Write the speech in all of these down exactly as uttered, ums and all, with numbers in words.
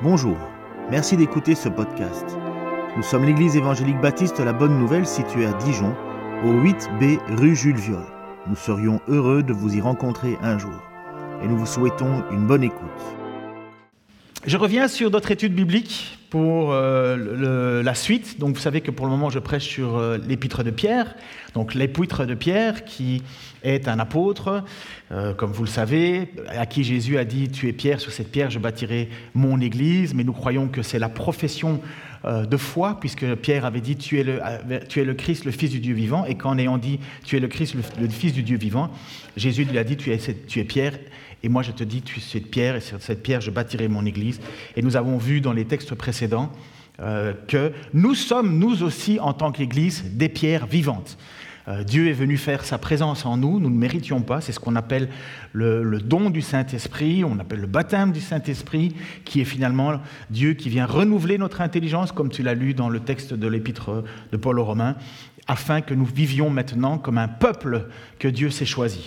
Bonjour, merci d'écouter ce podcast. Nous sommes l'église évangélique baptiste La Bonne Nouvelle située à Dijon, au huit B rue Jules Viol. Nous serions heureux de vous y rencontrer un jour et nous vous souhaitons une bonne écoute. Je reviens sur notre étude biblique pour euh, le, la suite. Donc, vous savez que pour le moment, je prêche sur euh, l'épître de Pierre. Donc, l'épître de Pierre, qui est un apôtre, euh, comme vous le savez, à qui Jésus a dit « Tu es Pierre, sur cette pierre, je bâtirai mon église ». Mais nous croyons que c'est la profession euh, de foi, puisque Pierre avait dit « Tu es le, tu es le Christ, le Fils du Dieu vivant ». Et qu'en ayant dit « Tu es le Christ, le, le Fils du Dieu vivant », Jésus lui a dit « Tu es, tu es Pierre ». Et moi, je te dis, tu es cette pierre, et sur cette pierre, je bâtirai mon église. Et nous avons vu dans les textes précédents euh, que nous sommes, nous aussi, en tant qu'église, des pierres vivantes. Euh, Dieu est venu faire sa présence en nous, nous ne méritions pas. C'est ce qu'on appelle le, le don du Saint-Esprit, on appelle le baptême du Saint-Esprit, qui est finalement Dieu qui vient renouveler notre intelligence, comme tu l'as lu dans le texte de l'épître de Paul aux Romains, afin que nous vivions maintenant comme un peuple que Dieu s'est choisi.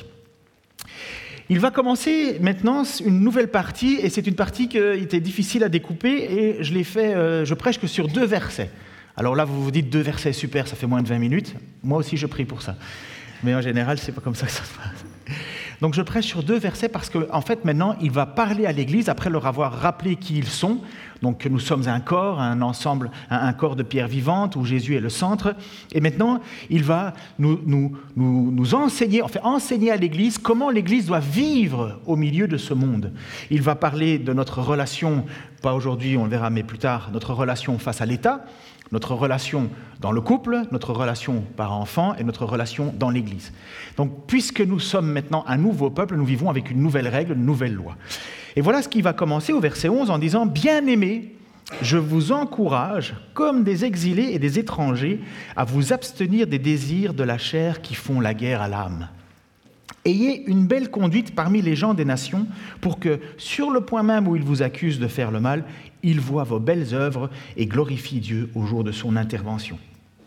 Il va commencer maintenant une nouvelle partie, et c'est une partie qui était difficile à découper, et je l'ai fait, euh, je prêche que sur deux versets. Alors là, vous vous dites deux versets, super, ça fait moins de vingt minutes. Moi aussi, je prie pour ça. Mais en général, c'est pas comme ça que ça se passe. Donc je prêche sur deux versets parce qu'en en fait, maintenant, il va parler à l'Église après leur avoir rappelé qui ils sont. Donc que nous sommes un corps, un ensemble, un, un corps de pierre vivante où Jésus est le centre. Et maintenant, il va nous, nous, nous, nous enseigner, enfin enseigner à l'Église comment l'Église doit vivre au milieu de ce monde. Il va parler de notre relation, pas aujourd'hui, on le verra, mais plus tard, notre relation face à l'État, notre relation dans le couple, notre relation parent-enfant et notre relation dans l'Église. Donc, puisque nous sommes maintenant un nouveau peuple, nous vivons avec une nouvelle règle, une nouvelle loi. Et voilà ce qui va commencer au verset onze en disant « Bien-aimés, je vous encourage, comme des exilés et des étrangers, à vous abstenir des désirs de la chair qui font la guerre à l'âme. Ayez une belle conduite parmi les gens des nations, pour que, sur le point même où ils vous accusent de faire le mal, ils voient vos belles œuvres et glorifient Dieu au jour de son intervention.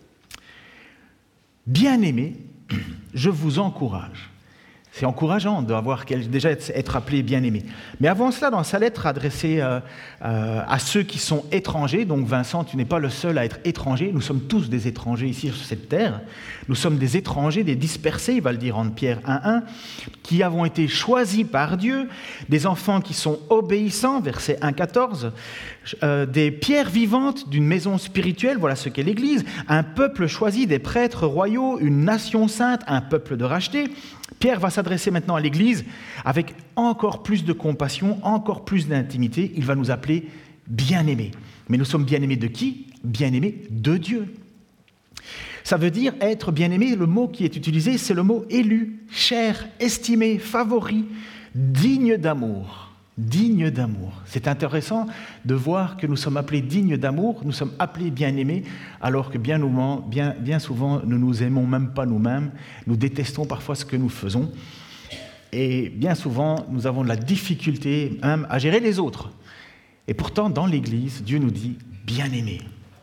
Bien-aimés, je vous encourage. » C'est encourageant d'avoir déjà être appelé bien-aimé. Mais avant cela, dans sa lettre adressée euh, euh, à ceux qui sont étrangers, donc Vincent, tu n'es pas le seul à être étranger, nous sommes tous des étrangers ici sur cette terre, nous sommes des étrangers, des dispersés, il va le dire en Pierre un un, qui avons été choisis par Dieu, des enfants qui sont obéissants, verset un quatorze, euh, des pierres vivantes d'une maison spirituelle, voilà ce qu'est l'Église, un peuple choisi, des prêtres royaux, une nation sainte, un peuple de racheté. Pierre va s'adresser maintenant à l'Église avec encore plus de compassion, encore plus d'intimité. Il va nous appeler bien-aimés. Mais nous sommes bien-aimés de qui ? Bien-aimés de Dieu. Ça veut dire être bien-aimé. Le mot qui est utilisé, c'est le mot élu, cher, estimé, favori, digne d'amour. Digne d'amour. C'est intéressant de voir que nous sommes appelés dignes d'amour, nous sommes appelés bien-aimés, alors que bien, bien, bien souvent, nous ne nous aimons même pas nous-mêmes, nous détestons parfois ce que nous faisons, et bien souvent, nous avons de la difficulté même à gérer les autres. Et pourtant, dans l'Église, Dieu nous dit « bien-aimés ».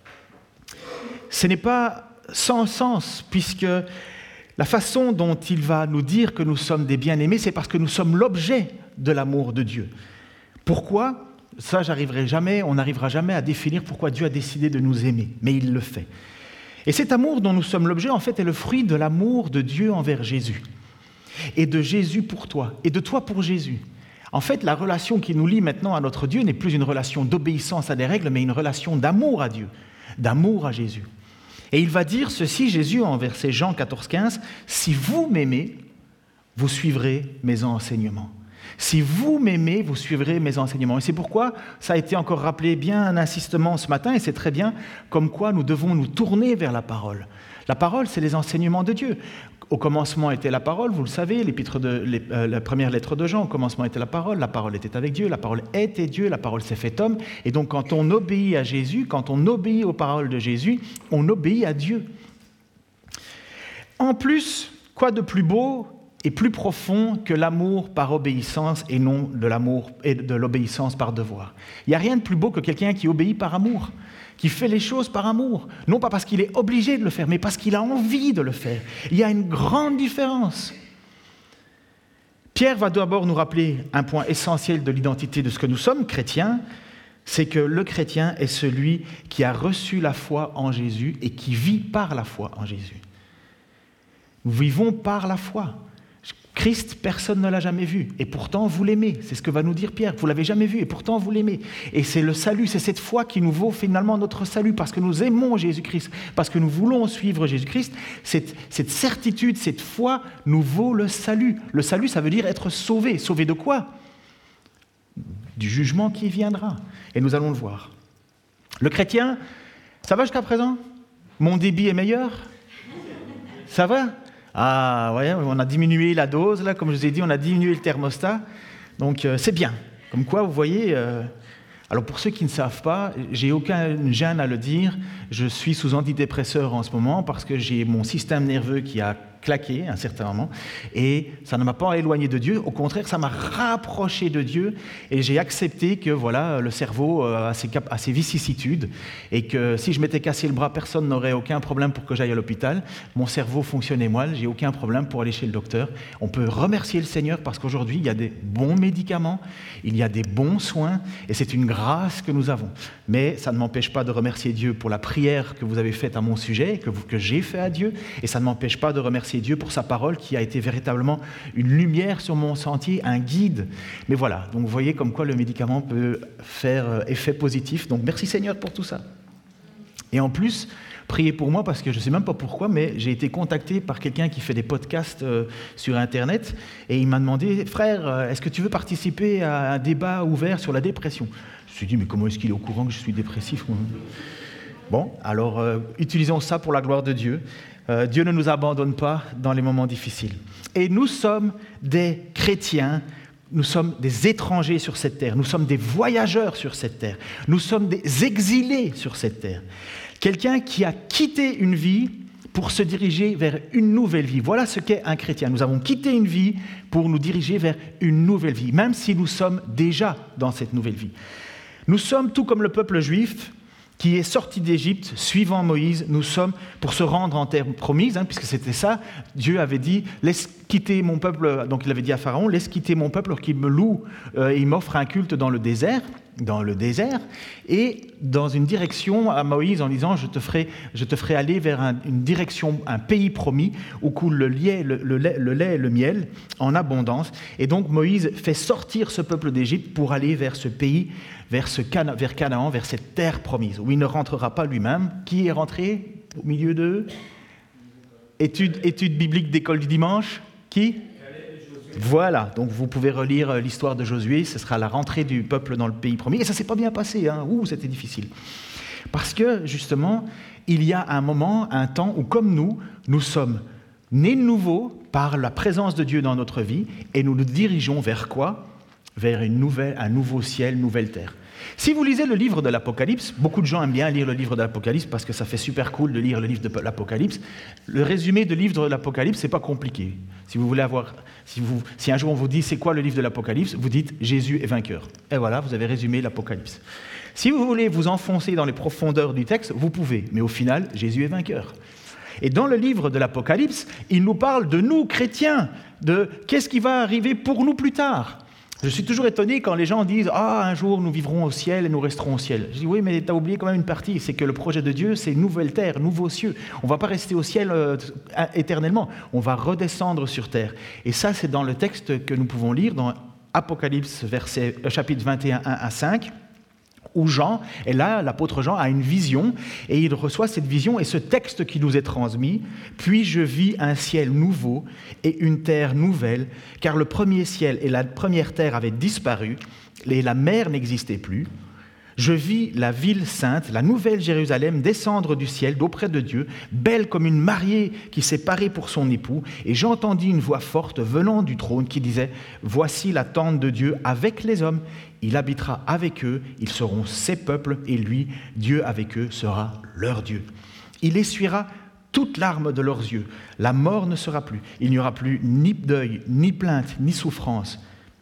Ce n'est pas sans sens, puisque la façon dont il va nous dire que nous sommes des bien-aimés, c'est parce que nous sommes l'objet de l'amour de Dieu. Pourquoi ? Ça, j'arriverai jamais, on n'arrivera jamais à définir pourquoi Dieu a décidé de nous aimer, mais il le fait. Et cet amour dont nous sommes l'objet, en fait, est le fruit de l'amour de Dieu envers Jésus, et de Jésus pour toi, et de toi pour Jésus. En fait, la relation qui nous lie maintenant à notre Dieu n'est plus une relation d'obéissance à des règles, mais une relation d'amour à Dieu, d'amour à Jésus. Et il va dire ceci, Jésus, en verset Jean quatorze quinze, « Si vous m'aimez, vous suivrez mes enseignements. » Si vous m'aimez, vous suivrez mes enseignements. Et c'est pourquoi ça a été encore rappelé bien insistement ce matin, et c'est très bien, comme quoi nous devons nous tourner vers la parole. La parole, c'est les enseignements de Dieu. Au commencement était la parole, vous le savez, l'épître de, les, euh, la première lettre de Jean, au commencement était la parole, la parole était avec Dieu, la parole était Dieu, la parole s'est faite homme. Et donc quand on obéit à Jésus, quand on obéit aux paroles de Jésus, on obéit à Dieu. En plus, quoi de plus beau et plus profond que l'amour par obéissance et non de l'amour et de l'obéissance par devoir. Il n'y a rien de plus beau que quelqu'un qui obéit par amour, qui fait les choses par amour, non pas parce qu'il est obligé de le faire, mais parce qu'il a envie de le faire. Il y a une grande différence. Pierre va d'abord nous rappeler un point essentiel de l'identité de ce que nous sommes, chrétiens, c'est que le chrétien est celui qui a reçu la foi en Jésus et qui vit par la foi en Jésus. Nous vivons par la foi. Christ, personne ne l'a jamais vu, et pourtant vous l'aimez. C'est ce que va nous dire Pierre. Vous l'avez jamais vu, et pourtant vous l'aimez. Et c'est le salut, c'est cette foi qui nous vaut finalement notre salut, parce que nous aimons Jésus-Christ, parce que nous voulons suivre Jésus-Christ. Cette, cette certitude, cette foi nous vaut le salut. Le salut, ça veut dire être sauvé. Sauvé de quoi ? Du jugement qui viendra. Et nous allons le voir. Le chrétien, ça va jusqu'à présent ? Mon débit est meilleur ? Ça va ? Ah, ouais, on a diminué la dose, là, comme je vous ai dit, on a diminué le thermostat. Donc, euh, c'est bien. Comme quoi, vous voyez... Euh... Alors, pour ceux qui ne savent pas, j'ai aucun gêne à le dire, je suis sous antidépresseur en ce moment parce que j'ai mon système nerveux qui a claqué à un certain moment, et ça ne m'a pas éloigné de Dieu, au contraire, ça m'a rapproché de Dieu, et j'ai accepté que voilà, le cerveau a ses, cap- a ses vicissitudes, et que si je m'étais cassé le bras, personne n'aurait aucun problème pour que j'aille à l'hôpital. Mon cerveau fonctionnait mal, j'ai aucun problème pour aller chez le docteur. On peut remercier le Seigneur parce qu'aujourd'hui, il y a des bons médicaments, il y a des bons soins, et c'est une grâce que nous avons. Mais ça ne m'empêche pas de remercier Dieu pour la prière que vous avez faite à mon sujet, que, vous, que j'ai fait à Dieu, et ça ne m'empêche pas de remercier Dieu pour sa parole qui a été véritablement une lumière sur mon sentier, un guide. Mais voilà, donc vous voyez comme quoi le médicament peut faire effet positif. Donc merci Seigneur pour tout ça. Et en plus, priez pour moi parce que je ne sais même pas pourquoi, mais j'ai été contacté par quelqu'un qui fait des podcasts euh, sur Internet et il m'a demandé « Frère, est-ce que tu veux participer à un débat ouvert sur la dépression ?» Je me suis dit « Mais comment est-ce qu'il est au courant que je suis dépressif ?» Bon, alors euh, utilisons ça pour la gloire de Dieu. Euh, Dieu ne nous abandonne pas dans les moments difficiles. Et nous sommes des chrétiens, nous sommes des étrangers sur cette terre, nous sommes des voyageurs sur cette terre, nous sommes des exilés sur cette terre. Quelqu'un qui a quitté une vie pour se diriger vers une nouvelle vie. Voilà ce qu'est un chrétien. Nous avons quitté une vie pour nous diriger vers une nouvelle vie, même si nous sommes déjà dans cette nouvelle vie. Nous sommes tout comme le peuple juif, qui est sorti d'Égypte, suivant Moïse, nous sommes pour se rendre en terre promise, hein, puisque c'était ça, Dieu avait dit, laisse quitter mon peuple, donc il avait dit à Pharaon, laisse quitter mon peuple pour qu'il me loue, euh, et il m'offre un culte dans le désert, dans le désert, et dans une direction à Moïse en disant, je te ferai, je te ferai aller vers un, une direction, un pays promis, où coule le lait, le, le, lait, le lait et le miel en abondance, et donc Moïse fait sortir ce peuple d'Égypte pour aller vers ce pays, vers, ce Cana, vers Canaan, vers cette terre promise, où il ne rentrera pas lui-même. Qui est rentré au milieu de études, études bibliques d'école du dimanche? Qui? Voilà, donc vous pouvez relire l'histoire de Josué, ce sera la rentrée du peuple dans le pays promis, et ça ne s'est pas bien passé, hein. Ouh, c'était difficile. Parce que, justement, il y a un moment, un temps où, comme nous, nous sommes nés de nouveau par la présence de Dieu dans notre vie, et nous nous dirigeons vers quoi? Vers une nouvelle, un nouveau ciel, nouvelle terre. Si vous lisez le livre de l'Apocalypse, beaucoup de gens aiment bien lire le livre de l'Apocalypse parce que ça fait super cool de lire le livre de l'Apocalypse. Le résumé du livre de l'Apocalypse, c'est pas compliqué. Si vous voulez avoir, si, vous, si un jour on vous dit c'est quoi le livre de l'Apocalypse, vous dites Jésus est vainqueur. Et voilà, vous avez résumé l'Apocalypse. Si vous voulez vous enfoncer dans les profondeurs du texte, vous pouvez, mais au final, Jésus est vainqueur. Et dans le livre de l'Apocalypse, il nous parle de nous, chrétiens, de qu'est-ce qui va arriver pour nous plus tard. Je suis toujours étonné quand les gens disent « Ah, un jour, nous vivrons au ciel et nous resterons au ciel. » Je dis « Oui, mais tu as oublié quand même une partie, c'est que le projet de Dieu, c'est nouvelle terre, nouveaux cieux. On ne va pas rester au ciel euh, éternellement, on va redescendre sur terre. » Et ça, c'est dans le texte que nous pouvons lire dans Apocalypse, verset, euh, chapitre vingt et un, un à cinq, où Jean, et là, l'apôtre Jean a une vision, et il reçoit cette vision et ce texte qui nous est transmis. « Puis je vis un ciel nouveau et une terre nouvelle, car le premier ciel et la première terre avaient disparu, et la mer n'existait plus. Je vis la ville sainte, la nouvelle Jérusalem, descendre du ciel d'auprès de Dieu, belle comme une mariée qui s'est parée pour son époux. Et j'entendis une voix forte venant du trône qui disait « Voici la tente de Dieu avec les hommes. Il habitera avec eux, ils seront ses peuples, et lui, Dieu avec eux, sera leur Dieu. Il essuiera toute larme de leurs yeux. La mort ne sera plus. Il n'y aura plus ni deuil, ni plainte, ni souffrance,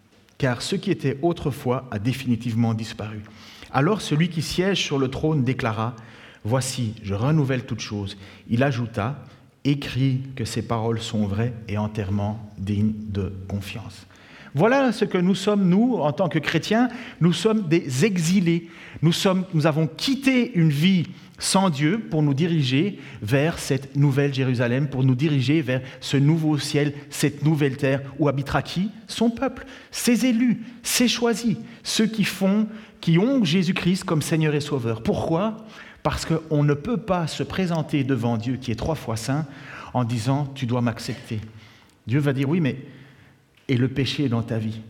car ce qui était autrefois a définitivement disparu. » Alors celui qui siège sur le trône déclara « Voici, je renouvelle toutes choses. » Il ajouta « Écris que ces paroles sont vraies et entièrement dignes de confiance. » Voilà ce que nous sommes, nous, en tant que chrétiens, nous sommes des exilés. Nous, sommes, nous avons quitté une vie sans Dieu pour nous diriger vers cette nouvelle Jérusalem, pour nous diriger vers ce nouveau ciel, cette nouvelle terre où habitera qui ? Son peuple, ses élus, ses choisis, ceux qui font, qui ont Jésus-Christ comme Seigneur et Sauveur. Pourquoi ? Parce qu'on ne peut pas se présenter devant Dieu qui est trois fois saint en disant « tu dois m'accepter ». Dieu va dire « oui, mais et le péché est dans ta vie.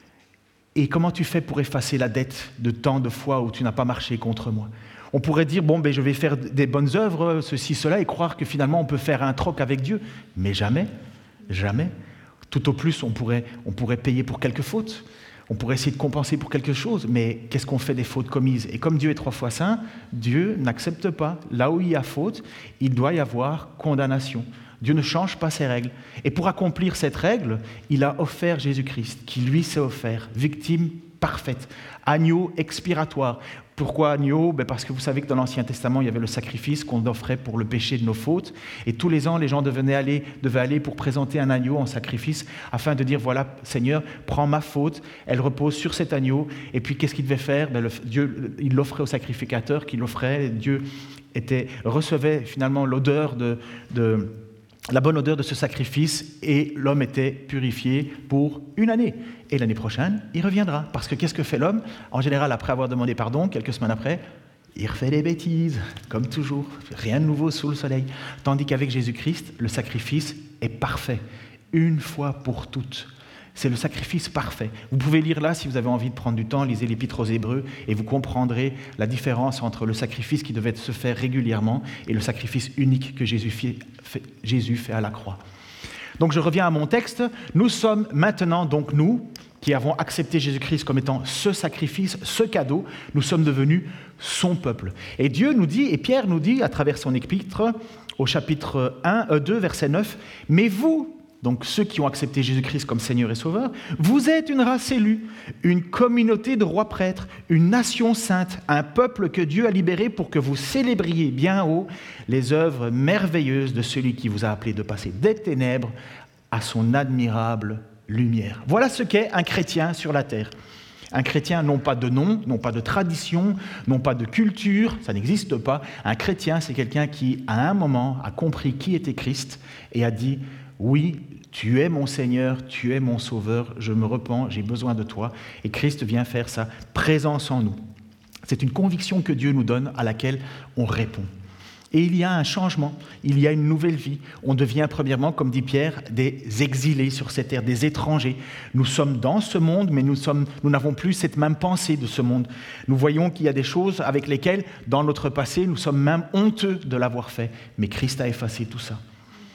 Et comment tu fais pour effacer la dette de tant de fois où tu n'as pas marché contre moi ?» On pourrait dire, bon, ben, je vais faire des bonnes œuvres, ceci, cela, et croire que finalement on peut faire un troc avec Dieu. Mais jamais, jamais. Tout au plus, on pourrait, on pourrait payer pour quelques fautes. On pourrait essayer de compenser pour quelque chose. Mais qu'est-ce qu'on fait des fautes commises ? Et comme Dieu est trois fois saint, Dieu n'accepte pas. Là où il y a faute, il doit y avoir condamnation. Dieu ne change pas ses règles. Et pour accomplir cette règle, il a offert Jésus-Christ, qui lui s'est offert, victime parfaite, agneau expiratoire. Pourquoi agneau ? Ben parce que vous savez que dans l'Ancien Testament, il y avait le sacrifice qu'on offrait pour le péché de nos fautes. Et tous les ans, les gens devaient aller, devaient aller pour présenter un agneau en sacrifice, afin de dire, voilà, Seigneur, prends ma faute, elle repose sur cet agneau. Et puis, qu'est-ce qu'il devait faire ? Ben le, Dieu, il l'offrait au sacrificateur, qui l'offrait. Dieu était, recevait finalement l'odeur de... de la bonne odeur de ce sacrifice, et l'homme était purifié pour une année. Et l'année prochaine, il reviendra. Parce que qu'est-ce que fait l'homme ? En général, après avoir demandé pardon, quelques semaines après, il refait des bêtises, comme toujours. Rien de nouveau sous le soleil. Tandis qu'avec Jésus-Christ, le sacrifice est parfait, une fois pour toutes. C'est le sacrifice parfait. Vous pouvez lire là, si vous avez envie de prendre du temps, lisez l'Épître aux Hébreux et vous comprendrez la différence entre le sacrifice qui devait se faire régulièrement et le sacrifice unique que Jésus fait, fait, Jésus fait à la croix. Donc je reviens à mon texte. Nous sommes maintenant, donc nous, qui avons accepté Jésus-Christ comme étant ce sacrifice, ce cadeau, nous sommes devenus son peuple. Et Dieu nous dit, et Pierre nous dit à travers son épître, au chapitre un, deux, verset neuf, « Mais vous, donc ceux qui ont accepté Jésus-Christ comme Seigneur et Sauveur, vous êtes une race élue, une communauté de rois prêtres, une nation sainte, un peuple que Dieu a libéré pour que vous célébriez bien haut les œuvres merveilleuses de celui qui vous a appelé de passer des ténèbres à son admirable lumière. » Voilà ce qu'est un chrétien sur la terre. Un chrétien, non pas de nom, non pas de tradition, non pas de culture, ça n'existe pas. Un chrétien, c'est quelqu'un qui, à un moment, a compris qui était Christ et a dit « Oui, tu es mon Seigneur, tu es mon Sauveur, je me repens, j'ai besoin de toi. » Et Christ vient faire sa présence en nous. C'est une conviction que Dieu nous donne, à laquelle on répond. Et il y a un changement, il y a une nouvelle vie. On devient premièrement, comme dit Pierre, des exilés sur cette terre, des étrangers. Nous sommes dans ce monde, mais nous, sommes, nous n'avons plus cette même pensée de ce monde. Nous voyons qu'il y a des choses avec lesquelles, dans notre passé, nous sommes même honteux de l'avoir fait. Mais Christ a effacé tout ça.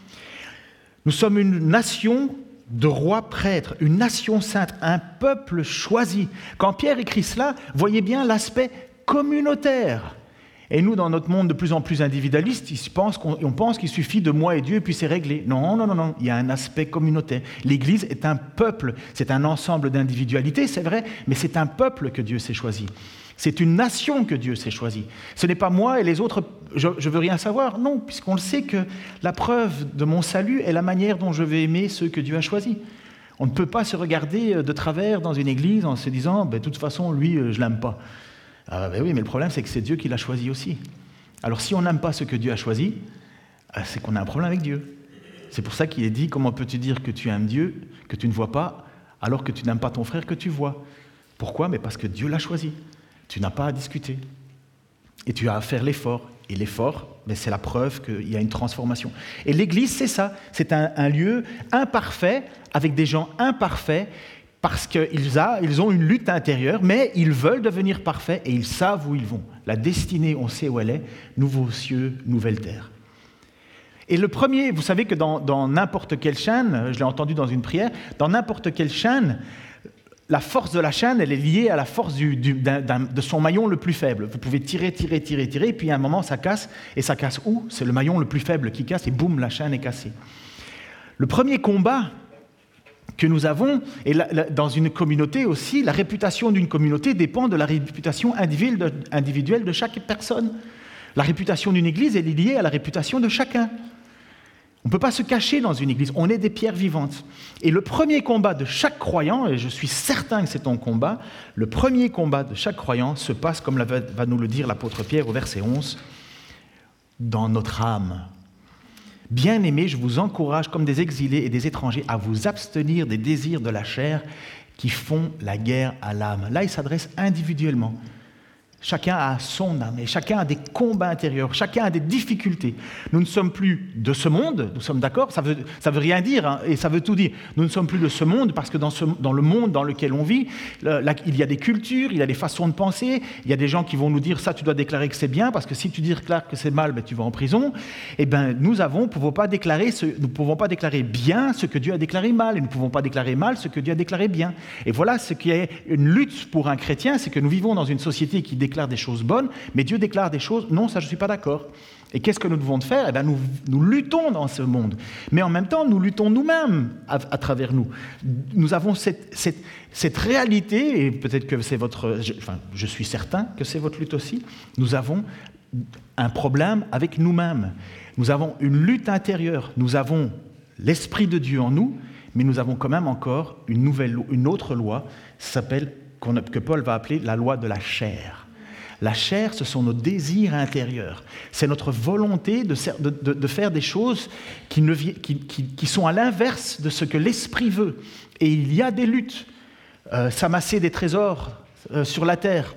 Nous sommes une nation de rois prêtres, une nation sainte, un peuple choisi. Quand Pierre écrit cela, voyez bien l'aspect communautaire. Et nous, dans notre monde de plus en plus individualiste, on pense, qu'on, on pense qu'il suffit de moi et Dieu et puis c'est réglé. Non, non, non, non, il y a un aspect communautaire. L'Église est un peuple, c'est un ensemble d'individualités, c'est vrai, mais c'est un peuple que Dieu s'est choisi. C'est une nation que Dieu s'est choisie. Ce n'est pas moi et les autres, je ne veux rien savoir. Non, puisqu'on le sait que la preuve de mon salut est la manière dont je vais aimer ceux que Dieu a choisis. On ne peut pas se regarder de travers dans une église en se disant ben, « de toute façon, lui, je ne l'aime pas ». Ah ben oui, mais le problème, c'est que c'est Dieu qui l'a choisi aussi. Alors si on n'aime pas ce que Dieu a choisi, c'est qu'on a un problème avec Dieu. C'est pour ça qu'il est dit « Comment peux-tu dire que tu aimes Dieu, que tu ne vois pas, alors que tu n'aimes pas ton frère que tu vois ?» Pourquoi ? Mais parce que Dieu l'a choisi. Tu n'as pas à discuter. Et tu as à faire l'effort. Et l'effort, ben c'est la preuve qu'il y a une transformation. Et l'Église, c'est ça. C'est un, un lieu imparfait, avec des gens imparfaits, parce qu'ils a, ils ont une lutte intérieure, mais ils veulent devenir parfaits et ils savent où ils vont. La destinée, on sait où elle est. Nouveaux cieux, nouvelle terre. Et le premier, vous savez que dans, dans n'importe quelle chaîne, je l'ai entendu dans une prière, dans n'importe quelle chaîne, la force de la chaîne, elle est liée à la force du, du, d'un, d'un, de son maillon le plus faible. Vous pouvez tirer, tirer, tirer, tirer, et puis à un moment, ça casse. Et ça casse où ? C'est le maillon le plus faible qui casse, et boum, la chaîne est cassée. Le premier combat que nous avons, et la, la, dans une communauté aussi, la réputation d'une communauté dépend de la réputation individuelle de, individuelle de chaque personne. La réputation d'une église, elle est liée à la réputation de chacun. On ne peut pas se cacher dans une église, on est des pierres vivantes. Et le premier combat de chaque croyant, et je suis certain que c'est ton combat, le premier combat de chaque croyant se passe, comme va nous le dire l'apôtre Pierre au verset onze, dans notre âme. Bien-aimés, je vous encourage, comme des exilés et des étrangers, à vous abstenir des désirs de la chair qui font la guerre à l'âme. Là, il s'adresse individuellement. Chacun a son âme et chacun a des combats intérieurs, chacun a des difficultés. Nous ne sommes plus de ce monde, nous sommes d'accord, ça veut, ça veut rien dire hein, et ça veut tout dire. Nous ne sommes plus de ce monde parce que dans, ce, dans le monde dans lequel on vit, là, il y a des cultures, il y a des façons de penser, il y a des gens qui vont nous dire ça tu dois déclarer que c'est bien parce que si tu déclares que c'est mal, ben, tu vas en prison. Et ben, nous avons, ne pouvons pas déclarer ce, nous pouvons pas déclarer bien ce que Dieu a déclaré mal et nous ne pouvons pas déclarer mal ce que Dieu a déclaré bien. Et voilà ce qui est une lutte pour un chrétien, c'est que nous vivons dans une société qui déclare des choses bonnes, mais Dieu déclare des choses, non, ça je ne suis pas d'accord. Et qu'est-ce que nous devons faire ? Eh bien, nous, nous luttons dans ce monde, mais en même temps, nous luttons nous-mêmes à, à travers nous. Nous avons cette, cette, cette réalité, et peut-être que c'est votre, je, enfin, je suis certain que c'est votre lutte aussi, nous avons un problème avec nous-mêmes. Nous avons une lutte intérieure, nous avons l'Esprit de Dieu en nous, mais nous avons quand même encore une, nouvelle, une autre loi, s'appelle, que Paul va appeler la loi de la chair. La chair, ce sont nos désirs intérieurs. C'est notre volonté de, de, de faire des choses qui, ne, qui, qui, qui sont à l'inverse de ce que l'esprit veut. Et il y a des luttes. Euh, s'amasser des trésors euh, sur la terre.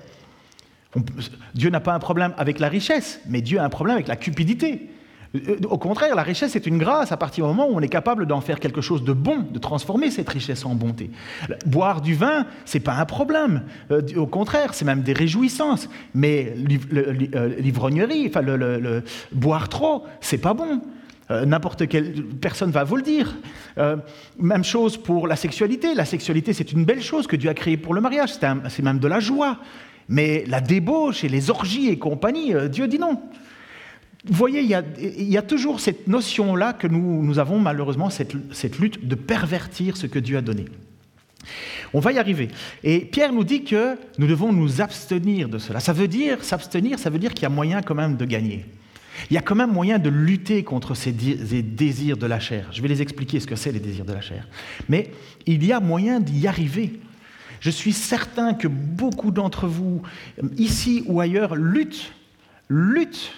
On, Dieu n'a pas un problème avec la richesse, mais Dieu a un problème avec la cupidité. Au contraire, la richesse est une grâce à partir du moment où on est capable d'en faire quelque chose de bon, de transformer cette richesse en bonté. Boire du vin, ce n'est pas un problème. Euh, au contraire, c'est même des réjouissances. Mais l'ivrognerie, enfin, le, le, le, boire trop, ce n'est pas bon. Euh, n'importe quelle personne va vous le dire. Euh, même chose pour la sexualité. La sexualité, c'est une belle chose que Dieu a créée pour le mariage. C'est, un, c'est même de la joie. Mais la débauche et les orgies et compagnie, euh, Dieu dit non. Vous voyez, il y, a, il y a toujours cette notion-là que nous, nous avons malheureusement, cette, cette lutte de pervertir ce que Dieu a donné. On va y arriver. Et Pierre nous dit que nous devons nous abstenir de cela. Ça veut dire, s'abstenir, ça veut dire qu'il y a moyen quand même de gagner. Il y a quand même moyen de lutter contre ces désirs de la chair. Je vais les expliquer ce que c'est les désirs de la chair. Mais il y a moyen d'y arriver. Je suis certain que beaucoup d'entre vous, ici ou ailleurs, luttent, luttent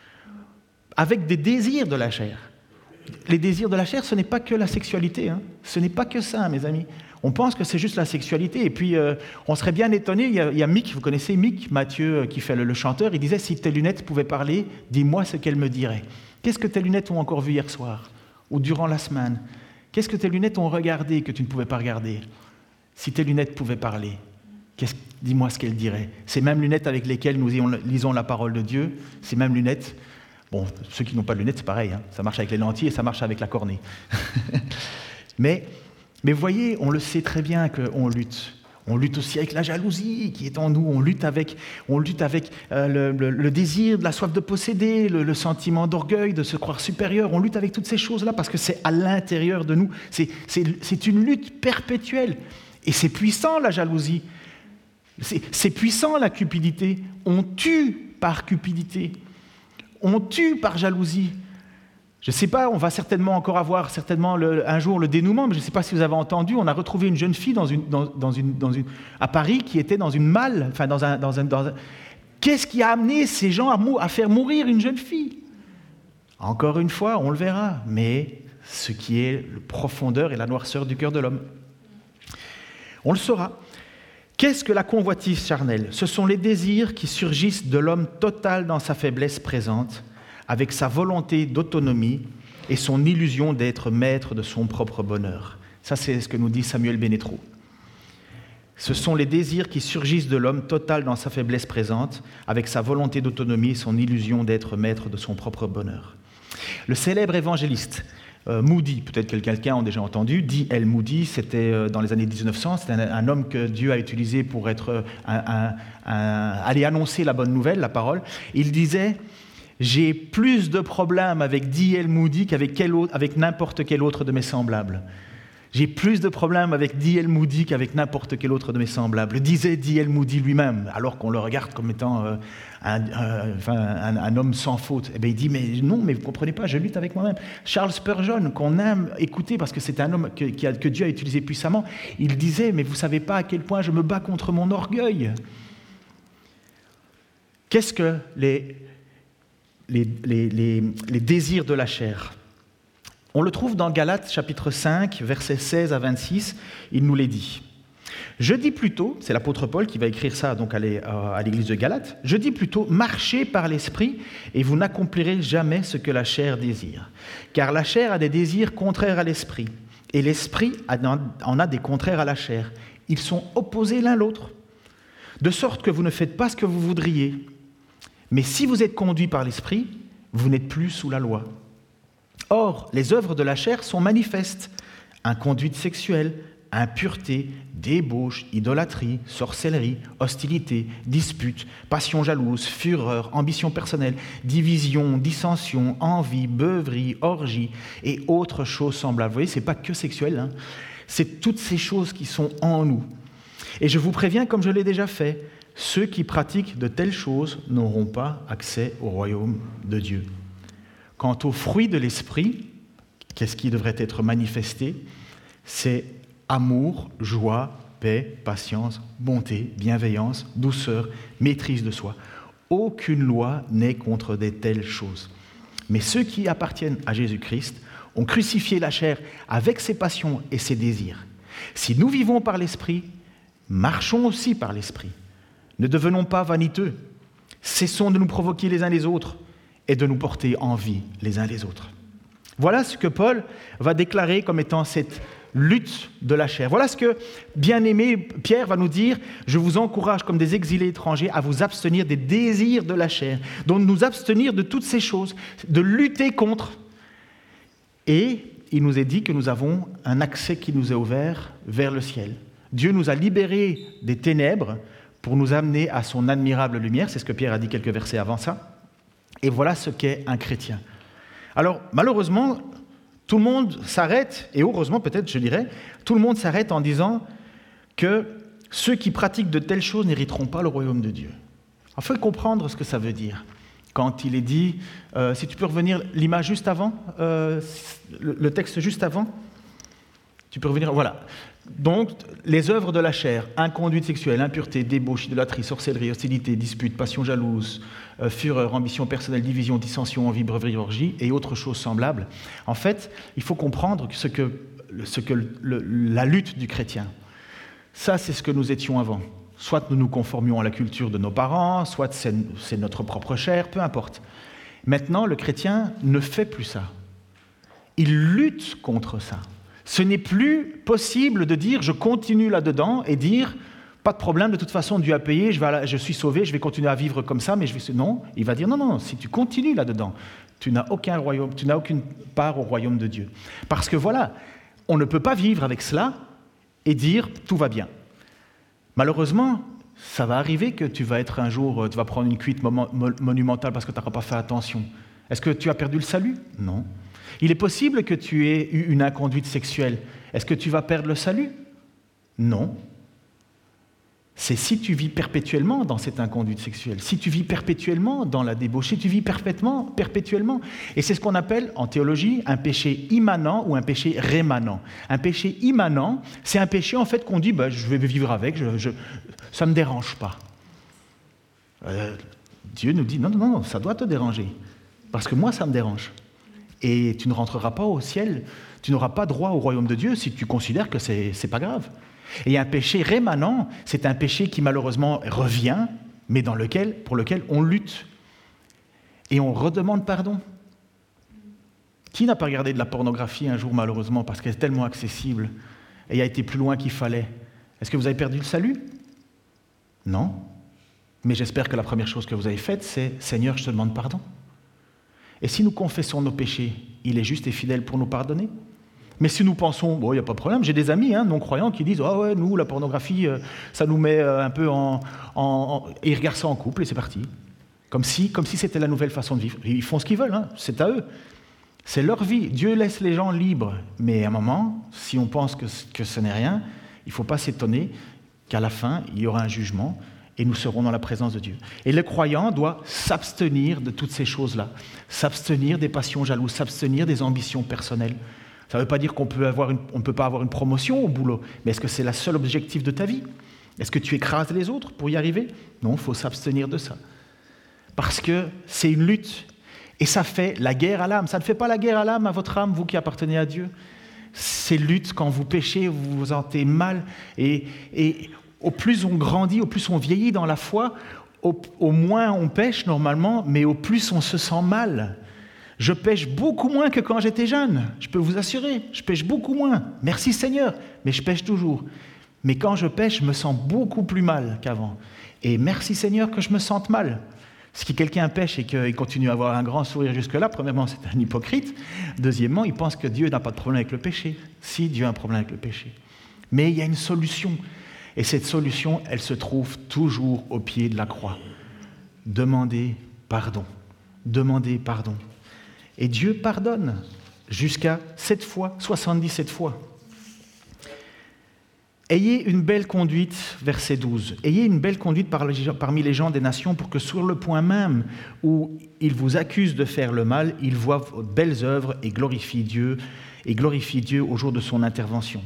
avec des désirs de la chair. Les désirs de la chair, ce n'est pas que la sexualité. Hein. Ce n'est pas que ça, mes amis. On pense que c'est juste la sexualité. Et puis, euh, on serait bien étonné. Il y, a, il y a Mick, vous connaissez Mick, Mathieu, qui fait le, le chanteur. Il disait, si tes lunettes pouvaient parler, dis-moi ce qu'elles me diraient. Qu'est-ce que tes lunettes ont encore vu hier soir ? Ou durant la semaine ? Qu'est-ce que tes lunettes ont regardé que tu ne pouvais pas regarder ? Si tes lunettes pouvaient parler, qu'est-ce, dis-moi ce qu'elles diraient. Ces mêmes lunettes avec lesquelles nous lisons la parole de Dieu, ces mêmes lunettes. Bon, ceux qui n'ont pas de lunettes, c'est pareil, hein. Ça marche avec les lentilles et ça marche avec la cornée. mais, mais vous voyez, on le sait très bien qu'on lutte. On lutte aussi avec la jalousie qui est en nous. On lutte avec, on lutte avec euh, le, le, le désir, de la soif de posséder, le, le sentiment d'orgueil, de se croire supérieur. On lutte avec toutes ces choses-là parce que c'est à l'intérieur de nous. C'est, c'est, c'est une lutte perpétuelle. Et c'est puissant, la jalousie. C'est, c'est puissant, la cupidité. On tue par cupidité. On tue par jalousie. Je ne sais pas, on va certainement encore avoir certainement le, un jour le dénouement, mais je ne sais pas si vous avez entendu, on a retrouvé une jeune fille dans une, dans, dans une, dans une, à Paris qui était dans une malle, enfin dans un, dans un, dans un... Qu'est-ce qui a amené ces gens à, mou- à faire mourir une jeune fille ? Encore une fois, on le verra, mais ce qui est la profondeur et la noirceur du cœur de l'homme. On le saura. Qu'est-ce que la convoitise charnelle ? Ce sont les désirs qui surgissent de l'homme total dans sa faiblesse présente, avec sa volonté d'autonomie et son illusion d'être maître de son propre bonheur. Ça, c'est ce que nous dit Samuel Benetro. Ce sont les désirs qui surgissent de l'homme total dans sa faiblesse présente, avec sa volonté d'autonomie et son illusion d'être maître de son propre bonheur. Le célèbre évangéliste Euh, Moody, peut-être que quelqu'un a déjà entendu, D L Moody, c'était euh, dans les années dix-neuf cents, c'était un, un homme que Dieu a utilisé pour être, un, un, un, aller annoncer la bonne nouvelle, la parole. Il disait « J'ai plus de problèmes avec D L Moody qu'avec quel autre, avec n'importe quel autre de mes semblables. J'ai plus de problèmes avec D L Moody qu'avec n'importe quel autre de mes semblables, disait D L Moody lui-même, alors qu'on le regarde comme étant euh, un, un, enfin, un, un homme sans faute. Eh bien, il dit, mais non, mais vous ne comprenez pas, je lutte avec moi-même. Charles Spurgeon, qu'on aime écouter parce que c'est un homme que, qui a, que Dieu a utilisé puissamment, il disait, mais vous ne savez pas à quel point je me bats contre mon orgueil. Qu'est-ce que les, les, les, les, les désirs de la chair ? On le trouve dans Galates chapitre cinq, versets seize à vingt-six, il nous les dit. Je dis plutôt, c'est l'apôtre Paul qui va écrire ça donc à l'église de Galates, je dis plutôt, marchez par l'esprit et vous n'accomplirez jamais ce que la chair désire. Car la chair a des désirs contraires à l'esprit et l'esprit en a des contraires à la chair. Ils sont opposés l'un l'autre, de sorte que vous ne faites pas ce que vous voudriez. Mais si vous êtes conduits par l'esprit, vous n'êtes plus sous la loi. Or, les œuvres de la chair sont manifestes. Inconduite sexuelle, impureté, débauche, idolâtrie, sorcellerie, hostilité, dispute, passion jalouse, fureur, ambition personnelle, division, dissension, envie, beuverie, orgie et autres choses semblables. Vous voyez, ce n'est pas que sexuel, hein. C'est toutes ces choses qui sont en nous. Et je vous préviens, comme je l'ai déjà fait, ceux qui pratiquent de telles choses n'auront pas accès au royaume de Dieu. Quant aux fruits de l'esprit, qu'est-ce qui devrait être manifesté ? C'est amour, joie, paix, patience, bonté, bienveillance, douceur, maîtrise de soi. Aucune loi n'est contre de telles choses. Mais ceux qui appartiennent à Jésus-Christ ont crucifié la chair avec ses passions et ses désirs. Si nous vivons par l'esprit, marchons aussi par l'esprit. Ne devenons pas vaniteux. Cessons de nous provoquer les uns les autres et de nous porter envie les uns les autres. Voilà ce que Paul va déclarer comme étant cette lutte de la chair. Voilà ce que, bien-aimé, Pierre va nous dire, je vous encourage comme des exilés étrangers à vous abstenir des désirs de la chair, donc nous abstenir de toutes ces choses, de lutter contre. Et il nous est dit que nous avons un accès qui nous est ouvert vers le ciel. Dieu nous a libérés des ténèbres pour nous amener à son admirable lumière, c'est ce que Pierre a dit quelques versets avant ça. Et voilà ce qu'est un chrétien. Alors, malheureusement, tout le monde s'arrête, et heureusement peut-être, je dirais, tout le monde s'arrête en disant que ceux qui pratiquent de telles choses n'hériteront pas le royaume de Dieu. Il faut comprendre ce que ça veut dire. Quand il est dit, euh, si tu peux revenir l'image juste avant, euh, le, le texte juste avant, tu peux revenir, voilà. Donc, les œuvres de la chair, inconduite sexuelle, impureté, débauche, idolâtrie, sorcellerie, hostilité, dispute, passion jalouse, euh, fureur, ambition personnelle, division, dissension, envie, beuverie, orgie et autres choses semblables. En fait, il faut comprendre ce que, ce que le, le, la lutte du chrétien, ça c'est ce que nous étions avant. Soit nous nous conformions à la culture de nos parents, soit c'est, c'est notre propre chair, peu importe. Maintenant, le chrétien ne fait plus ça. Il lutte contre ça. Ce n'est plus possible de dire « je continue là-dedans » et dire « pas de problème, de toute façon Dieu a payé, je, vais la, je suis sauvé, je vais continuer à vivre comme ça, mais je vais... » Non, il va dire « non, non, si tu continues là-dedans, tu n'as aucun royaume, tu n'as aucune part au royaume de Dieu. » Parce que voilà, on ne peut pas vivre avec cela et dire « tout va bien ». Malheureusement, ça va arriver que tu vas être un jour, tu vas prendre une cuite monumentale parce que tu n'auras pas fait attention. Est-ce que tu as perdu le salut ? Non. Il est possible que tu aies eu une inconduite sexuelle. Est-ce que tu vas perdre le salut ? Non. C'est si tu vis perpétuellement dans cette inconduite sexuelle, si tu vis perpétuellement dans la débauche, si tu vis perpétuellement, perpétuellement. Et c'est ce qu'on appelle en théologie un péché immanent ou un péché rémanent. Un péché immanent, c'est un péché en fait qu'on dit bah, je vais vivre avec, je, je, ça ne me dérange pas. Euh, Dieu nous dit non, non, non, ça doit te déranger, parce que moi ça me dérange. Et tu ne rentreras pas au ciel, tu n'auras pas droit au royaume de Dieu si tu considères que c'est, c'est pas grave. Et un péché rémanent, c'est un péché qui malheureusement revient, mais dans lequel, pour lequel on lutte. Et on redemande pardon. Qui n'a pas regardé de la pornographie un jour malheureusement parce qu'elle est tellement accessible et a été plus loin qu'il fallait ? Est-ce que vous avez perdu le salut ? Non. Mais j'espère que la première chose que vous avez faite, c'est « Seigneur, je te demande pardon ». Et si nous confessons nos péchés, il est juste et fidèle pour nous pardonner. Mais si nous pensons, bon, il n'y a pas de problème, j'ai des amis hein, non-croyants qui disent « Ah ouais, nous, la pornographie, euh, ça nous met euh, un peu en, en, en... » Et ils regardent ça en couple et c'est parti. Comme si, comme si c'était la nouvelle façon de vivre. Ils font ce qu'ils veulent, hein, c'est à eux. C'est leur vie. Dieu laisse les gens libres. Mais à un moment, si on pense que, que ce n'est rien, il ne faut pas s'étonner qu'à la fin, il y aura un jugement et nous serons dans la présence de Dieu. Et le croyant doit s'abstenir de toutes ces choses-là. S'abstenir des passions jalouses, s'abstenir des ambitions personnelles. Ça ne veut pas dire qu'on peut avoir une, on ne peut pas avoir une promotion au boulot, mais est-ce que c'est le seul objectif de ta vie? Est-ce que tu écrases les autres pour y arriver? Non, il faut s'abstenir de ça. Parce que c'est une lutte. Et ça fait la guerre à l'âme. Ça ne fait pas la guerre à l'âme, à votre âme, vous qui appartenez à Dieu. C'est lutte quand vous péchez, vous vous sentez mal. Et, et au plus on grandit, au plus on vieillit dans la foi, au, au moins on pêche normalement, mais au plus on se sent mal. Je pêche beaucoup moins que quand j'étais jeune, je peux vous assurer. Je pêche beaucoup moins. Merci Seigneur, mais je pêche toujours. Mais quand je pêche, je me sens beaucoup plus mal qu'avant. Et merci Seigneur que je me sente mal. Si quelqu'un pêche et qu'il continue à avoir un grand sourire jusque-là, premièrement, c'est un hypocrite. Deuxièmement, il pense que Dieu n'a pas de problème avec le péché. Si, Dieu a un problème avec le péché. Mais il y a une solution. Et cette solution, elle se trouve toujours au pied de la croix. Demandez pardon. Demandez pardon. Et Dieu pardonne jusqu'à sept fois, soixante-dix-sept fois. Ayez une belle conduite, verset douze. Ayez une belle conduite parmi les gens des nations pour que sur le point même où ils vous accusent de faire le mal, ils voient vos belles œuvres et glorifient Dieu, et glorifient Dieu au jour de son intervention.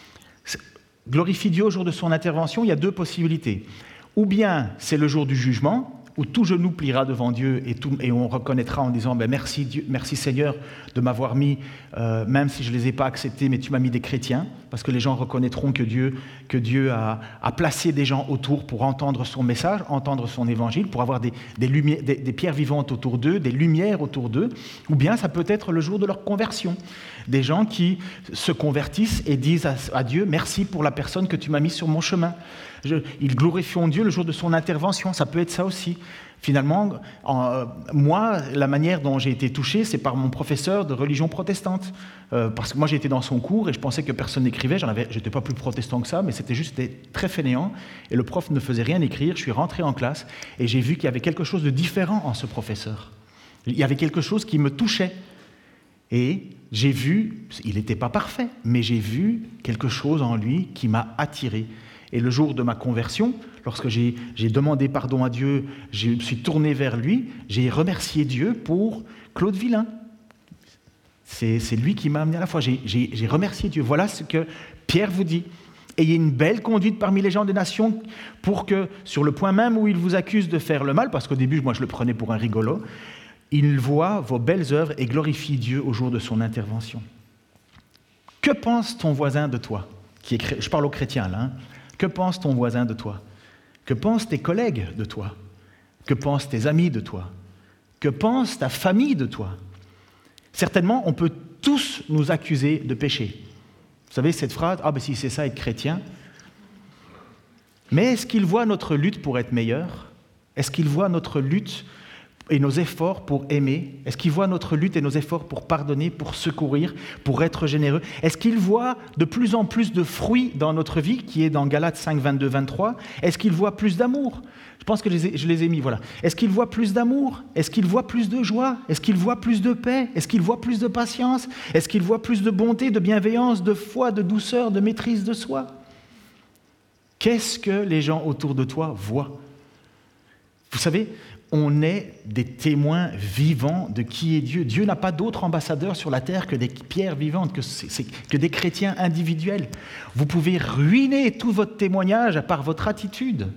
Glorifie Dieu au jour de son intervention, il y a deux possibilités. Ou bien c'est le jour du jugement, où tout genou pliera devant Dieu et, tout, et on reconnaîtra en disant ben, « merci, Dieu, merci Seigneur de m'avoir mis, euh, même si je ne les ai pas acceptés, mais tu m'as mis des chrétiens », parce que les gens reconnaîtront que Dieu, que Dieu a, a placé des gens autour pour entendre son message, entendre son évangile, pour avoir des, des, lumières, des, des pierres vivantes autour d'eux, des lumières autour d'eux, ou bien ça peut être le jour de leur conversion. Des gens qui se convertissent et disent à, à Dieu « merci pour la personne que tu m'as mis sur mon chemin ». Je, ils glorifient Dieu le jour de son intervention, ça peut être ça aussi. Finalement, en, moi, la manière dont j'ai été touché, c'est par mon professeur de religion protestante. Euh, parce que moi, j'étais dans son cours et je pensais que personne n'écrivait. J'en avais, j'étais pas plus protestant que ça, mais c'était juste c'était très fainéant. Et le prof ne faisait rien écrire. Je suis rentré en classe et j'ai vu qu'il y avait quelque chose de différent en ce professeur. Il y avait quelque chose qui me touchait. Et j'ai vu, il n'était pas parfait, mais j'ai vu quelque chose en lui qui m'a attiré. Et le jour de ma conversion, lorsque j'ai, j'ai demandé pardon à Dieu, je me suis tourné vers lui, j'ai remercié Dieu pour Claude Villain. C'est, c'est lui qui m'a amené à la foi. J'ai, j'ai, j'ai remercié Dieu. Voilà ce que Pierre vous dit. Ayez une belle conduite parmi les gens des nations pour que, sur le point même où ils vous accusent de faire le mal, parce qu'au début, moi, je le prenais pour un rigolo, ils voient vos belles œuvres et glorifient Dieu au jour de son intervention. Que pense ton voisin de toi qui est, je parle aux chrétiens, là, hein. Que pense ton voisin de toi? Que pensent tes collègues de toi? Que pensent tes amis de toi? Que pense ta famille de toi? Certainement, on peut tous nous accuser de péché. Vous savez, cette phrase, « Ah, ben si c'est ça, être chrétien ». Mais est-ce qu'ils voient notre lutte pour être meilleurs? Est-ce qu'ils voient notre lutte et nos efforts pour aimer? Est-ce qu'ils voient notre lutte et nos efforts pour pardonner, pour secourir, pour être généreux? Est-ce qu'ils voient de plus en plus de fruits dans notre vie, qui est dans Galates cinq, vingt-deux, vingt-trois? Est-ce qu'ils voient plus d'amour? Je pense que je les ai, je les ai mis, voilà. Est-ce qu'ils voient plus d'amour? Est-ce qu'ils voient plus de joie? Est-ce qu'ils voient plus de paix? Est-ce qu'ils voient plus de patience? Est-ce qu'ils voient plus de bonté, de bienveillance, de foi, de douceur, de maîtrise de soi? Qu'est-ce que les gens autour de toi voient? Vous savez, on est des témoins vivants de qui est Dieu. Dieu n'a pas d'autre ambassadeur sur la terre que des pierres vivantes, que, c'est, c'est, que des chrétiens individuels. Vous pouvez ruiner tout votre témoignage par votre attitude.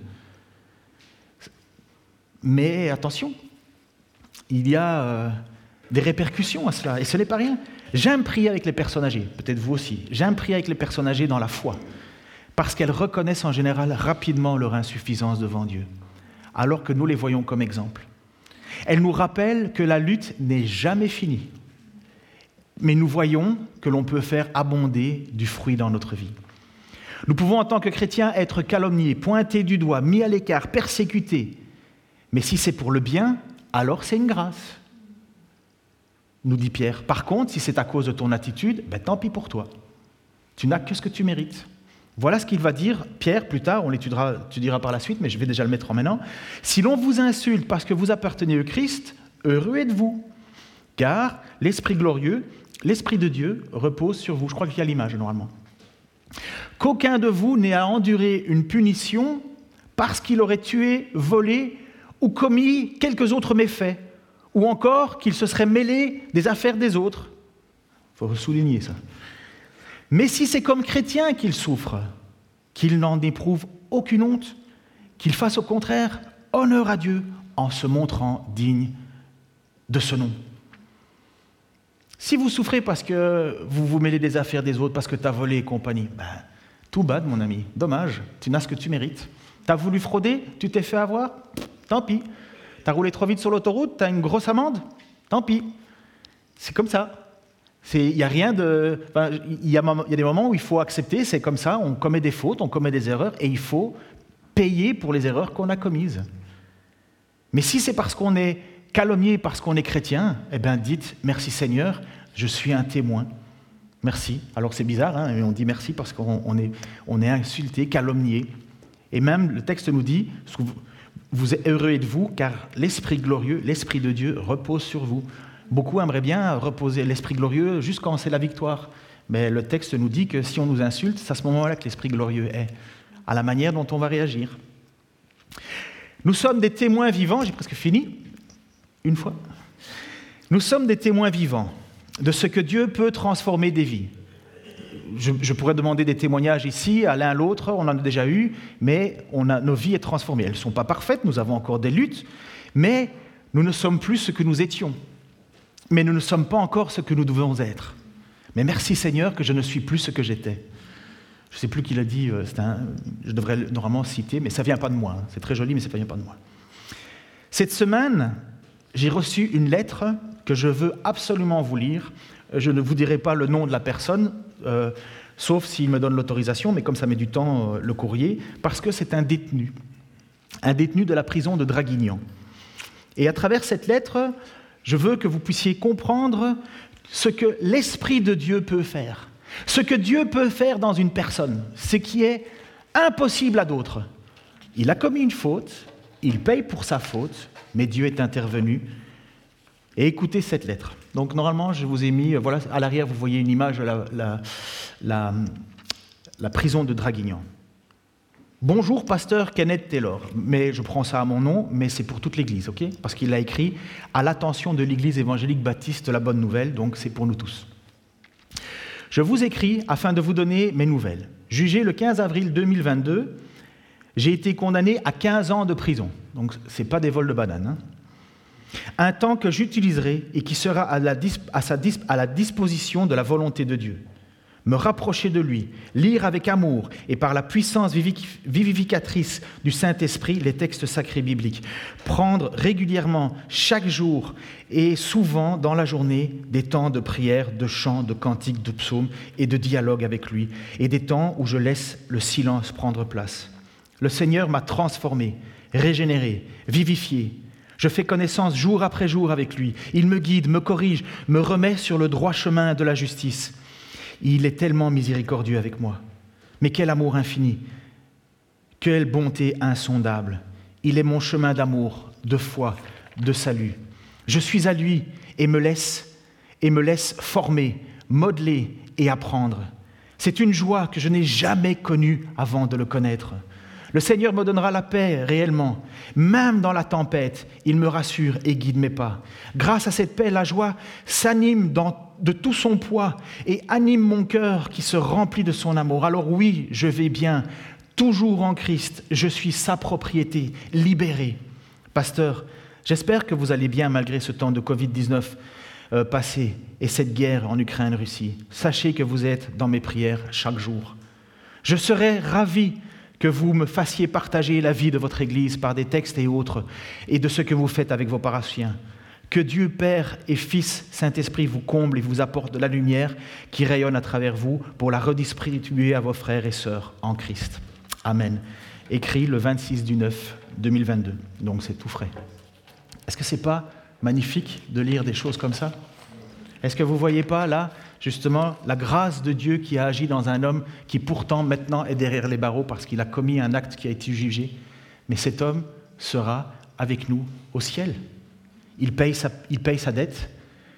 Mais attention, il y a euh, des répercussions à cela, et ce n'est pas rien. J'aime prier avec les personnes âgées, peut-être vous aussi. J'aime prier avec les personnes âgées dans la foi, parce qu'elles reconnaissent en général rapidement leur insuffisance devant Dieu, alors que nous les voyons comme exemple. Elles nous rappellent que la lutte n'est jamais finie, mais nous voyons que l'on peut faire abonder du fruit dans notre vie. Nous pouvons en tant que chrétiens être calomniés, pointés du doigt, mis à l'écart, persécutés, mais si c'est pour le bien, alors c'est une grâce, nous dit Pierre. Par contre, si c'est à cause de ton attitude, ben tant pis pour toi. Tu n'as que ce que tu mérites. Voilà ce qu'il va dire, Pierre, plus tard, on l'étudiera tu diras par la suite, mais je vais déjà le mettre en maintenant. « Si l'on vous insulte parce que vous appartenez au Christ, heureux êtes-vous, Car l'Esprit glorieux, l'Esprit de Dieu repose sur vous. Je crois qu'il y a l'image normalement. Qu'aucun de vous n'ait à endurer une punition parce qu'il aurait tué, volé ou commis quelques autres méfaits, ou encore qu'il se serait mêlé des affaires des autres. Il faut souligner ça. Mais si c'est comme chrétien qu'il souffre, qu'il n'en éprouve aucune honte, qu'il fasse au contraire honneur à Dieu en se montrant digne de ce nom. Si vous souffrez parce que vous vous mêlez des affaires des autres, parce que tu as volé et compagnie, ben, tout bad, mon ami, dommage, tu n'as ce que tu mérites. Tu as voulu frauder, tu t'es fait avoir, tant pis. Tu as roulé trop vite sur l'autoroute, tu as une grosse amende, tant pis. C'est comme ça. Il y a rien de. Enfin, il y a, y a des moments où il faut accepter, c'est comme ça, on commet des fautes, on commet des erreurs, et il faut payer pour les erreurs qu'on a commises. Mais si c'est parce qu'on est calomnié, parce qu'on est chrétien, eh bien dites « Merci Seigneur, je suis un témoin. Merci ». Alors c'est bizarre, hein, mais on dit merci parce qu'on on est, on est insulté, calomnié. Et même le texte nous dit « Vous êtes heureux êtes-vous, car l'Esprit glorieux, l'Esprit de Dieu repose sur vous ». Beaucoup aimeraient bien reposer l'Esprit glorieux juste quand c'est la victoire. Mais le texte nous dit que si on nous insulte, c'est à ce moment-là que l'Esprit glorieux est, à la manière dont on va réagir. Nous sommes des témoins vivants, j'ai presque fini, une fois. Nous sommes des témoins vivants de ce que Dieu peut transformer des vies. Je, je pourrais demander des témoignages ici, à l'un à l'autre, on en a déjà eu, mais on a, nos vies sont transformées. Elles ne sont pas parfaites, nous avons encore des luttes, mais nous ne sommes plus ce que nous étions. Mais nous ne sommes pas encore ce que nous devons être. Mais merci Seigneur que je ne suis plus ce que j'étais. Je ne sais plus qui l'a dit, c'est un, je devrais normalement citer, mais ça ne vient pas de moi. Hein. C'est très joli, mais ça ne vient pas de moi. Cette semaine, j'ai reçu une lettre que je veux absolument vous lire. Je ne vous dirai pas le nom de la personne, euh, sauf s'il me donne l'autorisation, mais comme ça met du temps, euh, le courrier, parce que c'est un détenu, un détenu de la prison de Draguignan. Et à travers cette lettre, je veux que vous puissiez comprendre ce que l'Esprit de Dieu peut faire. Ce que Dieu peut faire dans une personne, ce qui est impossible à d'autres. Il a commis une faute, il paye pour sa faute, mais Dieu est intervenu. Et écoutez cette lettre. Donc normalement, je vous ai mis, voilà, à l'arrière, vous voyez une image de la, la, la, la prison de Draguignan. Bonjour, pasteur Kenneth Taylor. Mais je prends ça à mon nom, mais c'est pour toute l'Église, ok ? Parce qu'il l'a écrit à l'attention de l'Église évangélique baptiste La Bonne Nouvelle, donc c'est pour nous tous. Je vous écris afin de vous donner mes nouvelles. Jugé le quinze avril deux mille vingt-deux, j'ai été condamné à quinze ans de prison. Donc, ce n'est pas des vols de bananes. Hein. Un temps que j'utiliserai et qui sera à la, disp- à, sa disp- à la disposition de la volonté de Dieu. Me rapprocher de lui, lire avec amour et par la puissance vivificatrice du Saint-Esprit les textes sacrés bibliques. Prendre régulièrement, chaque jour et souvent dans la journée, des temps de prière, de chant, de cantiques, de psaumes et de dialogue avec lui. Et des temps où je laisse le silence prendre place. Le Seigneur m'a transformé, régénéré, vivifié. Je fais connaissance jour après jour avec lui. Il me guide, me corrige, me remet sur le droit chemin de la justice. Il est tellement miséricordieux avec moi. Mais quel amour infini, quelle bonté insondable. Il est mon chemin d'amour, de foi, de salut. Je suis à lui et me laisse, et me laisse former, modeler et apprendre. C'est une joie que je n'ai jamais connue avant de le connaître. Le Seigneur me donnera la paix réellement. Même dans la tempête, il me rassure et guide mes pas. Grâce à cette paix, la joie s'anime dans, de tout son poids et anime mon cœur qui se remplit de son amour. Alors oui, je vais bien, toujours en Christ. Je suis sa propriété, libéré. Pasteur, j'espère que vous allez bien malgré ce temps de covid dix-neuf euh, passé et cette guerre en Ukraine-Russie. Sachez que vous êtes dans mes prières chaque jour. Je serai ravi que vous me fassiez partager la vie de votre Église par des textes et autres, et de ce que vous faites avec vos paroissiens. Que Dieu Père et Fils, Saint-Esprit vous comble et vous apporte de la lumière qui rayonne à travers vous pour la redistribuer à vos frères et sœurs en Christ. Amen. Écrit le vingt-six du neuf deux mille vingt-deux, donc c'est tout frais. Est-ce que ce n'est pas magnifique de lire des choses comme ça ? Est-ce que vous ne voyez pas là justement la grâce de Dieu qui a agi dans un homme qui pourtant maintenant est derrière les barreaux parce qu'il a commis un acte qui a été jugé. Mais cet homme sera avec nous au ciel. Il paye sa, il paye sa dette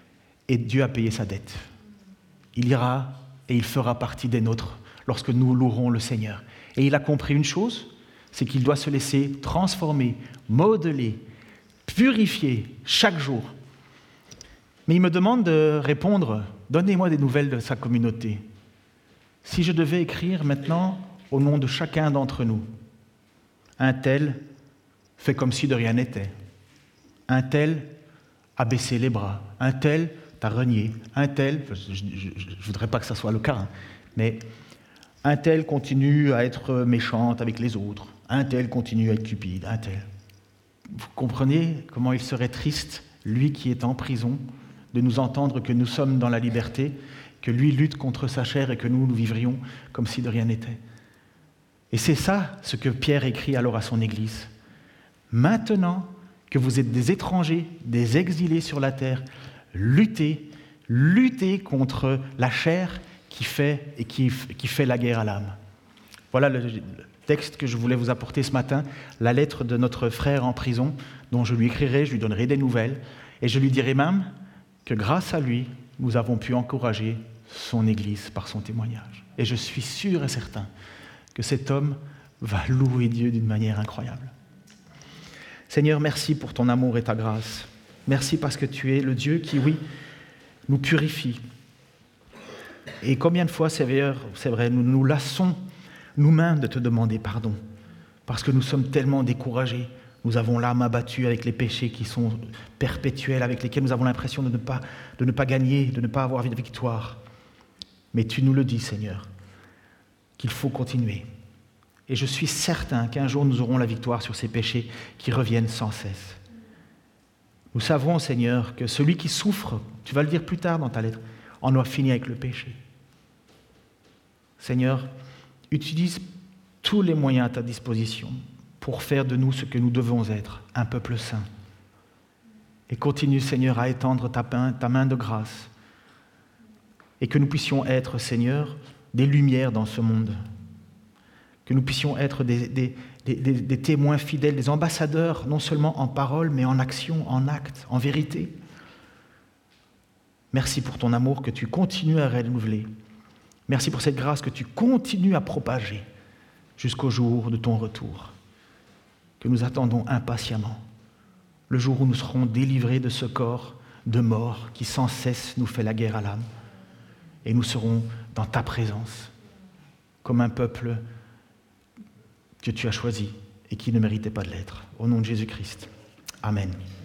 et Dieu a payé sa dette. Il ira et il fera partie des nôtres lorsque nous louerons le Seigneur. Et il a compris une chose, c'est qu'il doit se laisser transformer, modeler, purifier chaque jour. Mais il me demande de répondre, donnez-moi des nouvelles de sa communauté. Si je devais écrire maintenant au nom de chacun d'entre nous, un tel fait comme si de rien n'était, un tel a baissé les bras, un tel t'a renié, un tel, je ne voudrais pas que ça soit le cas, hein, mais un tel continue à être méchante avec les autres, un tel continue à être cupide, un tel. Vous comprenez comment il serait triste, lui qui est en prison, de nous entendre que nous sommes dans la liberté, que lui lutte contre sa chair et que nous, nous vivrions comme si de rien n'était. Et c'est ça ce que Pierre écrit alors à son Église. Maintenant que vous êtes des étrangers, des exilés sur la terre, luttez, luttez contre la chair qui fait, et qui, qui fait la guerre à l'âme. Voilà le texte que je voulais vous apporter ce matin, la lettre de notre frère en prison, dont je lui écrirai, je lui donnerai des nouvelles, et je lui dirai même que grâce à lui, nous avons pu encourager son Église par son témoignage. Et je suis sûr et certain que cet homme va louer Dieu d'une manière incroyable. Seigneur, merci pour ton amour et ta grâce. Merci parce que tu es le Dieu qui, oui, nous purifie. Et combien de fois, Seigneur, c'est vrai, nous nous lassons nous-mêmes de te demander pardon, parce que nous sommes tellement découragés. Nous avons l'âme abattue avec les péchés qui sont perpétuels, avec lesquels nous avons l'impression de ne pas, de ne pas gagner, de ne pas avoir de victoire. Mais tu nous le dis, Seigneur, qu'il faut continuer. Et je suis certain qu'un jour nous aurons la victoire sur ces péchés qui reviennent sans cesse. Nous savons, Seigneur, que celui qui souffre, tu vas le dire plus tard dans ta lettre, en a fini avec le péché. Seigneur, utilise tous les moyens à ta disposition pour faire de nous ce que nous devons être, un peuple saint. Et continue, Seigneur, à étendre ta main, ta main de grâce. Et que nous puissions être, Seigneur, des lumières dans ce monde. Que nous puissions être des, des, des, des, des témoins fidèles, des ambassadeurs, non seulement en parole, mais en action, en acte, en vérité. Merci pour ton amour que tu continues à renouveler. Merci pour cette grâce que tu continues à propager jusqu'au jour de ton retour, que nous attendons impatiemment, le jour où nous serons délivrés de ce corps de mort qui sans cesse nous fait la guerre à l'âme, et nous serons dans ta présence, comme un peuple que tu as choisi et qui ne méritait pas de l'être. Au nom de Jésus-Christ. Amen.